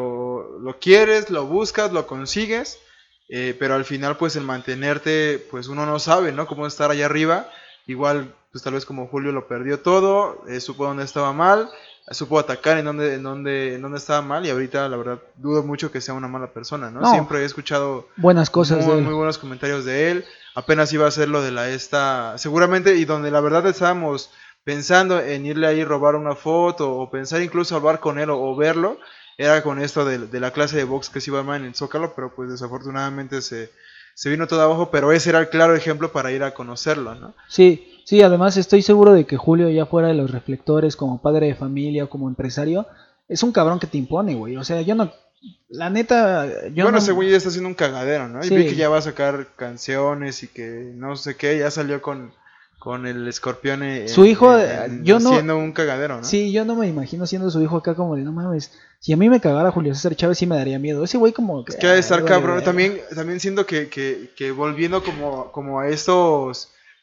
lo, lo quieres, lo buscas, lo consigues, eh, pero al final pues el mantenerte, pues uno no sabe, ¿no? Cómo estar allá arriba, igual pues tal vez como Julio lo perdió todo, eh, supo dónde estaba mal, supo atacar en dónde, en dónde, en dónde estaba mal, y ahorita la verdad dudo mucho que sea una mala persona, ¿no? No, siempre he escuchado buenas cosas muy, de él. muy buenos comentarios de él. Apenas iba a ser lo de la esta, seguramente, y donde la verdad estábamos pensando en irle ahí a robar una foto, o pensar incluso hablar con él o, o verlo, era con esto de, de la clase de box que se iba a armar en el Zócalo, pero pues desafortunadamente se, se vino todo abajo, pero ese era el claro ejemplo para ir a conocerlo, ¿no? Sí, sí, además estoy seguro de que Julio, ya fuera de los reflectores, como padre de familia o como empresario, es un cabrón que te impone, güey. O sea, yo no, la neta, yo bueno, no... ese güey ya está haciendo un cagadero, ¿no? Sí. Y vi que ya va a sacar canciones y que no sé qué, ya salió con, con el escorpión en, su hijo, en, en, yo haciendo no... un cagadero, ¿no? Sí, yo no me imagino siendo su hijo acá como de, no mames, si a mí me cagara Julio César Chávez sí me daría miedo. Ese güey como que... Es que ha de ay, estar vale, cabrón. vale. También, también siento que, que, que volviendo como, como a estos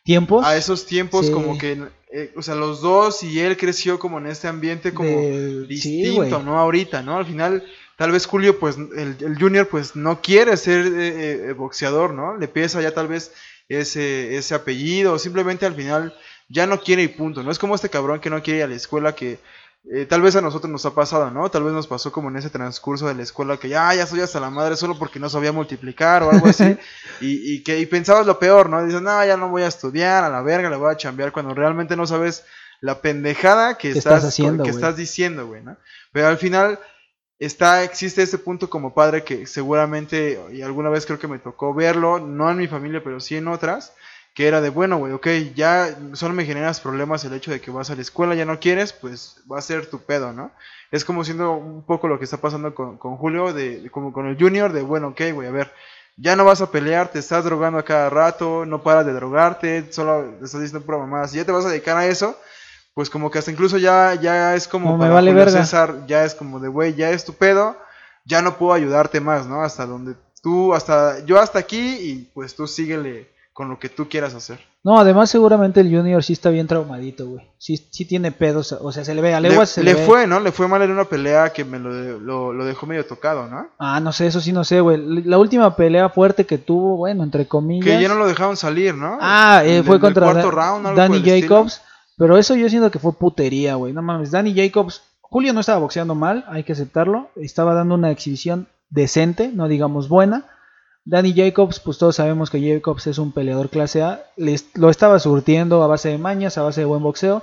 ¿Tiempos? A esos tiempos Sí. como que, eh, o sea, los dos y él creció como en este ambiente como De- distinto, sí, ¿no? Ahorita, ¿no? Al final, tal vez Julio, pues, el, el Junior, pues, no quiere ser eh, eh, boxeador, ¿no? Le pesa ya tal vez ese, ese apellido, o simplemente al final ya no quiere y punto, ¿no? Es como este cabrón que no quiere ir a la escuela que... Eh, tal vez a nosotros nos ha pasado, ¿no? Tal vez nos pasó como en ese transcurso de la escuela que ya, ya soy hasta la madre solo porque no sabía multiplicar o algo así. y, y que y pensabas lo peor, ¿no? Dices, no, ya no voy a estudiar, a la verga, le voy a chambear cuando realmente no sabes la pendejada que ¿qué estás, estás haciendo, que güey? estás diciendo, güey, ¿no? Pero al final está, existe ese punto como padre que seguramente, y alguna vez creo que me tocó verlo, no en mi familia, pero sí en otras, que era de, bueno, güey, ok, ya solo me generas problemas el hecho de que vas a la escuela, ya no quieres, pues va a ser tu pedo, ¿no? Es como siendo un poco lo que está pasando con, con Julio, de, de- como con el Junior, de, bueno, ok, güey, a ver, ya no vas a pelear, te estás drogando a cada rato, no paras de drogarte, solo te estás diciendo pura mamada, si ya te vas a dedicar a eso, pues como que hasta incluso ya, ya es como Como me para vale Julio verga. César, ya es como de, güey, ya es tu pedo, ya no puedo ayudarte más, ¿no? Hasta donde tú, hasta, yo hasta aquí y pues tú síguele con lo que tú quieras hacer. No, además seguramente el Junior sí está bien traumadito, güey. Sí, sí tiene pedos, o sea, se le ve, a Le, leguas se le, le ve. fue, ¿no? Le fue mal en una pelea que me lo, lo, lo dejó medio tocado, ¿no? Ah, no sé, eso sí no sé, güey. La última pelea fuerte que tuvo, bueno, entre Que ya no comillas. lo dejaron salir, ¿no? Ah, eh, El fue del, del contra cuarto Da- round, algo por Danny el estilo. Jacobs. Pero eso yo siento que fue putería, güey. No mames, Danny Jacobs. Julio no estaba boxeando mal, hay que aceptarlo. Estaba dando una exhibición decente, no digamos buena. Danny Jacobs, pues todos sabemos que Jacobs es un peleador clase A. Le, lo estaba surtiendo a base de mañas, a base de buen boxeo.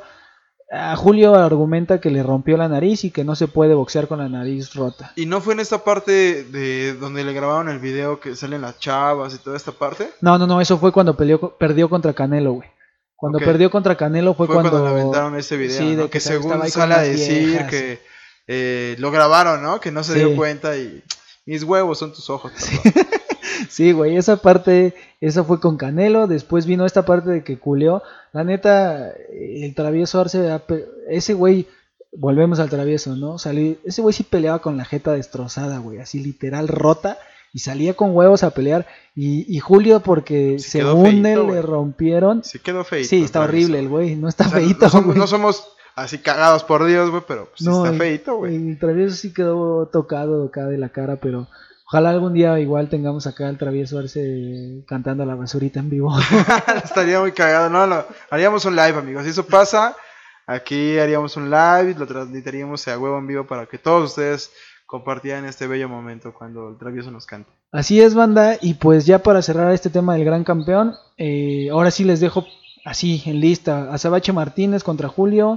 A Julio argumenta que le rompió la nariz y que no se puede boxear con la nariz rota. Y no fue en esta parte de donde le grabaron el video que salen las chavas y toda esta parte. No, no, no, eso fue cuando peleó, perdió contra Canelo, güey. Cuando Ok. perdió contra Canelo fue, Fue cuando, cuando... le aventaron ese video, Sí, ¿no? de Que, que se- estaba según ahí con sale a unas decir viejas. que eh, lo grabaron, ¿no? Que no se Sí. dio cuenta y mis huevos son tus ojos, papá. Sí, güey, esa parte, esa fue con Canelo, después vino esta parte de que culeó. La neta, el travieso Arce, ha pe- ese güey, volvemos al travieso, ¿no? Salí, ese güey sí peleaba con la jeta destrozada, güey, así literal rota, y salía con huevos a pelear. Y, y Julio, porque Sí quedó según feíto, él güey. le rompieron. Sí quedó feito. Sí, el está travieso, horrible el güey, no está O sea, feito, no somos, güey. no somos así cagados por Dios, güey, pero pues sí No, está el- feito, güey. El travieso sí quedó tocado acá de la cara, pero ojalá algún día igual tengamos acá al travieso Arce cantando la basurita en vivo. Estaría muy cagado, no, no, haríamos un live, amigos. Si eso pasa, aquí haríamos un live y lo transmitiríamos a huevo en vivo para que todos ustedes compartieran este bello momento cuando el travieso nos cante. Así es, banda, y pues ya para cerrar este tema del gran campeón, eh, ahora sí les dejo así en lista: Azabache Martínez contra Julio,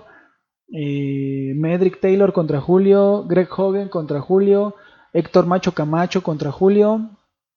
eh, Medrick Taylor contra Julio, Greg Hogan contra Julio, Héctor Macho Camacho contra Julio,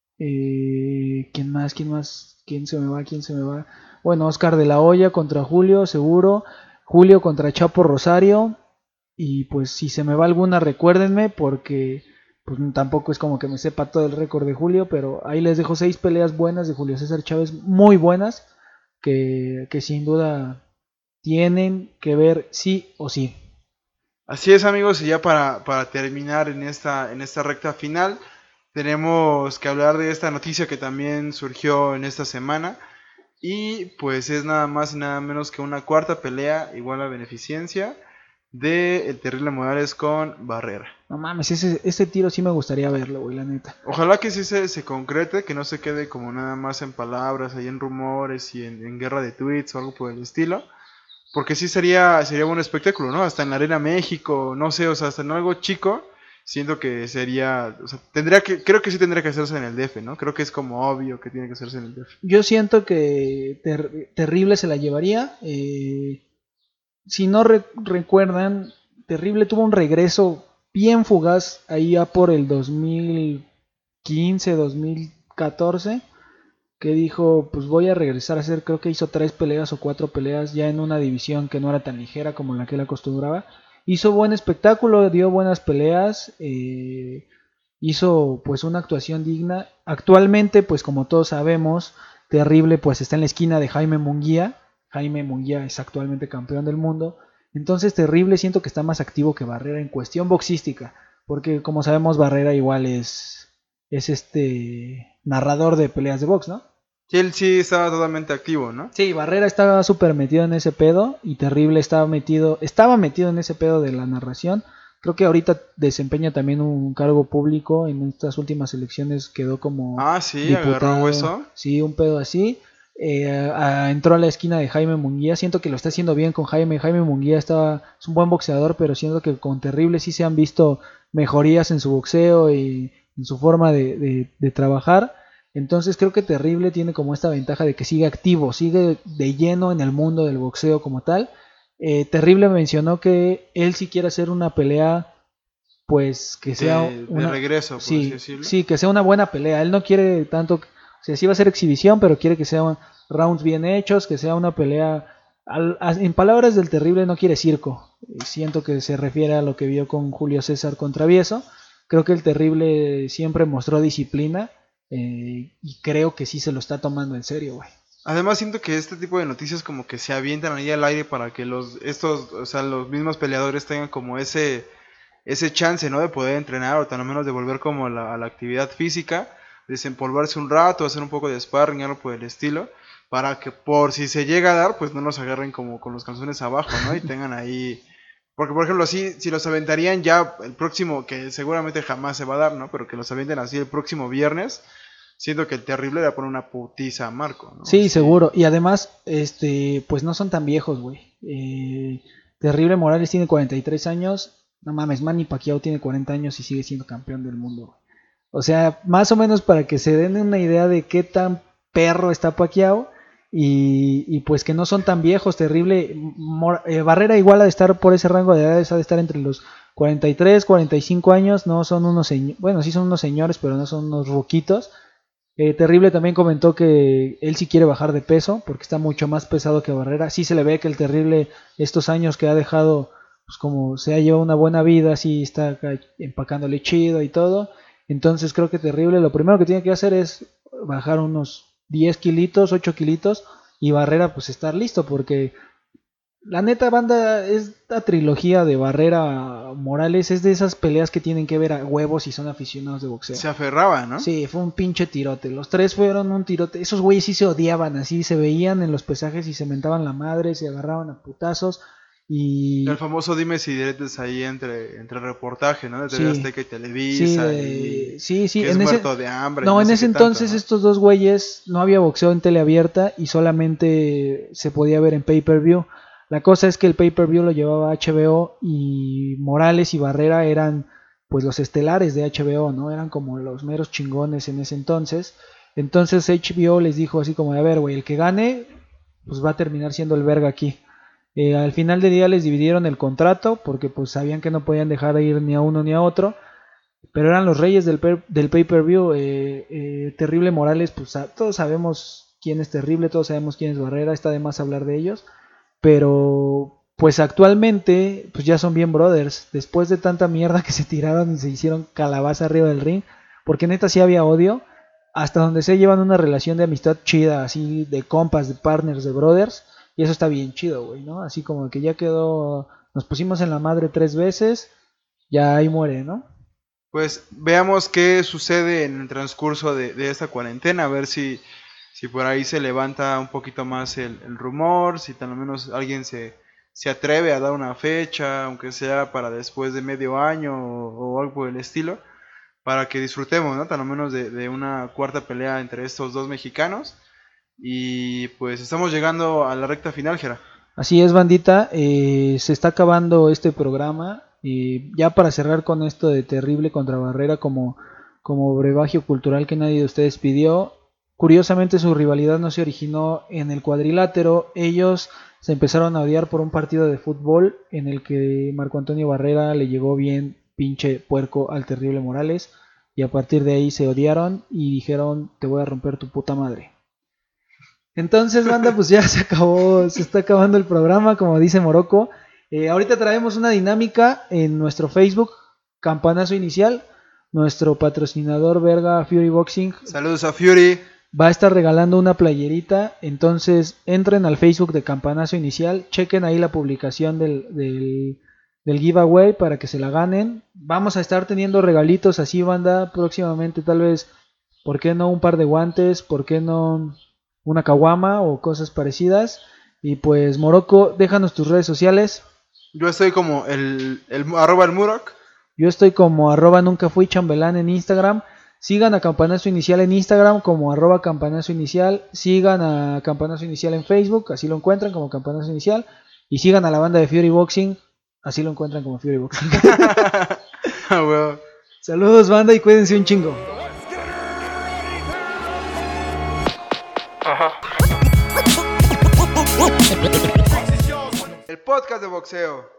eh, ¿quién más? ¿Quién más? ¿Quién se me va? ¿Quién se me va? Bueno, Oscar de la Hoya contra Julio, seguro, Julio contra Chapo Rosario, y pues si se me va alguna recuérdenme porque pues tampoco es como que me sepa todo el récord de Julio, pero ahí les dejo seis peleas buenas de Julio César Chávez, muy buenas, que, que sin duda tienen que ver sí o sí. Así es, amigos, y ya para, para terminar en esta, en esta recta final, tenemos que hablar de esta noticia que también surgió en esta semana. Y pues es nada más y nada menos que una cuarta pelea igual a beneficencia de El Terrible Morales con Barrera. No mames, ese, ese tiro sí me gustaría verlo, güey, la neta. Ojalá que sí se, se concrete, que no se quede como nada más en palabras, ahí en rumores y en, en guerra de tweets o algo por el estilo. Porque sí sería, sería un espectáculo, ¿no? Hasta en la Arena México, no sé, o sea, hasta en algo chico, siento que sería, o sea, tendría que, creo que sí tendría que hacerse en el D F, ¿no? Creo que es como obvio que tiene que hacerse en el D F. Yo siento que ter- Terrible se la llevaría. Eh, si no re- recuerdan, Terrible tuvo un regreso bien fugaz ahí ya por el dos mil quince, dos mil catorce, que dijo, pues voy a regresar a hacer, creo que hizo tres peleas o cuatro peleas ya en una división que no era tan ligera como la que él acostumbraba. Hizo buen espectáculo, dio buenas peleas, eh, hizo pues una actuación digna. Actualmente, pues como todos sabemos, Terrible pues está en la esquina de Jaime Munguía. Jaime Munguía es actualmente campeón del mundo. Entonces Terrible siento que está más activo que Barrera en cuestión boxística, porque como sabemos Barrera igual es es este narrador de peleas de box, ¿no? Sí, él sí estaba totalmente activo, ¿no? Sí, Barrera estaba súper metido en ese pedo y Terrible estaba metido, estaba metido en ese pedo de la narración. Creo que ahorita desempeña también un cargo público. En estas últimas elecciones quedó como Ah, sí, agarró diputado. hueso. Sí, un pedo así. Eh, a- entró a la esquina de Jaime Munguía. Siento que lo está haciendo bien con Jaime. Jaime Munguía estaba, es un buen boxeador, pero siento que con Terrible sí se han visto mejorías en su boxeo y en su forma de, de- de trabajar. Entonces creo que Terrible tiene como esta ventaja de que sigue activo, sigue de lleno en el mundo del boxeo como tal. Eh, Terrible mencionó que él sí quiere hacer una pelea, pues que sea De, de una, regreso, por así sí, decirlo. sí, que sea una buena pelea. Él no quiere tanto, o sea, sí va a ser exhibición, pero quiere que sea rounds bien hechos, que sea una pelea. Al, a, en palabras del Terrible, no quiere circo. Siento que se refiere a lo que vio con Julio César contra Vieso. Creo que el Terrible siempre mostró disciplina. Eh, y creo que sí se lo está tomando en serio, güey. Además siento que este tipo de noticias como que se avientan ahí al aire para que los estos, o sea, los mismos peleadores tengan como ese ese chance, ¿no? De poder entrenar o tan menos de volver como a la, a la actividad física, desempolvarse un rato, hacer un poco de sparring, algo por el estilo, para que por si se llega a dar, pues no nos agarren como con los calzones abajo, ¿no? Y tengan ahí, porque por ejemplo, así, si los aventarían ya el próximo, que seguramente jamás se va a dar, ¿no? Pero que los avienten así el próximo viernes, siento que el Terrible le pone una putiza a Marco, ¿no? Sí, Así. seguro. Y además, este, pues no son tan viejos, güey. Eh, Terrible Morales tiene cuarenta y tres años. No mames, Manny Pacquiao tiene cuarenta años y sigue siendo campeón del mundo, güey. O sea, más o menos para que se den una idea de qué tan perro está Pacquiao. Y, y pues que no son tan viejos. Terrible. Mor- eh, Barrera igual ha de estar por ese rango de edades, ha de estar entre los cuarenta y tres, cuarenta y cinco años. No son unos señores, bueno, sí son unos señores, pero no son unos ruquitos. Eh, Terrible también comentó que él sí quiere bajar de peso porque está mucho más pesado que Barrera. Sí se le ve que el Terrible estos años que ha dejado, pues como se ha llevado una buena vida, sí está acá empacándole chido y todo. Entonces creo que Terrible lo primero que tiene que hacer es bajar unos diez kilitos, ocho kilitos y Barrera pues estar listo porque la neta, banda, esta trilogía de Barrera Morales es de esas peleas que tienen que ver a huevos y son aficionados de boxeo. Se aferraba, ¿no? Sí, fue un pinche tirote. Los tres fueron un tirote. Esos güeyes sí se odiaban, así se veían en los pesajes y se mentaban la madre, se agarraban a putazos. El Y famoso dimes y diretes ahí entre, entre reportaje, ¿no? De T V sí, Azteca y sí, Televisa de, y sí, sí. que es En ese, muerto de hambre y no, no en sé ese qué tanto, entonces ¿no? estos dos güeyes no había boxeo en tele abierta y solamente se podía ver en pay-per-view. La cosa es que el pay-per-view lo llevaba H B O y Morales y Barrera eran pues los estelares de H B O, ¿no? Eran como los meros chingones en ese entonces. Entonces H B O les dijo así como, a ver, güey, el que gane pues va a terminar siendo el verga aquí. Eh, al final del día les dividieron el contrato porque pues sabían que no podían dejar ir ni a uno ni a otro. Pero eran los reyes del, per, del pay-per-view. Eh, eh, Terrible Morales, pues a, todos sabemos quién es Terrible, todos sabemos quién es Barrera, está de más hablar de ellos. Pero pues actualmente pues ya son bien brothers. Después de tanta mierda que se tiraron y se hicieron calabaza arriba del ring, porque neta sí había odio. Hasta donde se llevan una relación de amistad chida, así de compas, de partners, de brothers. Y eso está bien chido, güey, ¿no? Así como que ya quedó, nos pusimos en la madre tres veces, ya ahí muere, ¿no? Pues veamos qué sucede en el transcurso de, de esta cuarentena, a ver si, si por ahí se levanta un poquito más el, el rumor, si tal menos alguien se, se atreve a dar una fecha, aunque sea para después de medio año o, o algo por el estilo, para que disfrutemos, ¿no? Tal menos de, de una cuarta pelea entre estos dos mexicanos. Y pues estamos llegando a la recta final, Gera. Así es, bandita, eh, se está acabando este programa y ya para cerrar con esto de Terrible contra Barrera como, como brebaje cultural que nadie de ustedes pidió, curiosamente su rivalidad no se originó en el cuadrilátero, ellos se empezaron a odiar por un partido de fútbol en el que Marco Antonio Barrera le llegó bien pinche puerco al Terrible Morales y a partir de ahí se odiaron y dijeron te voy a romper tu puta madre. Entonces, banda, pues ya se acabó, se está acabando el programa, como dice Morocco. Eh, ahorita traemos una dinámica en nuestro Facebook, Campanazo Inicial. Nuestro patrocinador verga Fury Boxing Saludos a Fury. va a estar regalando una playerita. Entonces, entren al Facebook de Campanazo Inicial, chequen ahí la publicación del, del, del giveaway para que se la ganen. Vamos a estar teniendo regalitos así, banda, próximamente, tal vez, ¿por qué no un par de guantes? ¿Por qué no una caguama o cosas parecidas. Y pues Morocco, déjanos tus redes sociales. Yo estoy como el, el arroba el Murok. Yo estoy como arroba nunca fui chambelán en Instagram. Sigan a Campanazo Inicial en Instagram como arroba Campanazo Inicial. Sigan a Campanazo Inicial en Facebook, así lo encuentran como Campanazo Inicial. Y sigan a la banda de Fury Boxing, así lo encuentran como Fury Boxing. Ah, bueno. Saludos banda y cuídense un chingo. Ajá. El podcast de boxeo.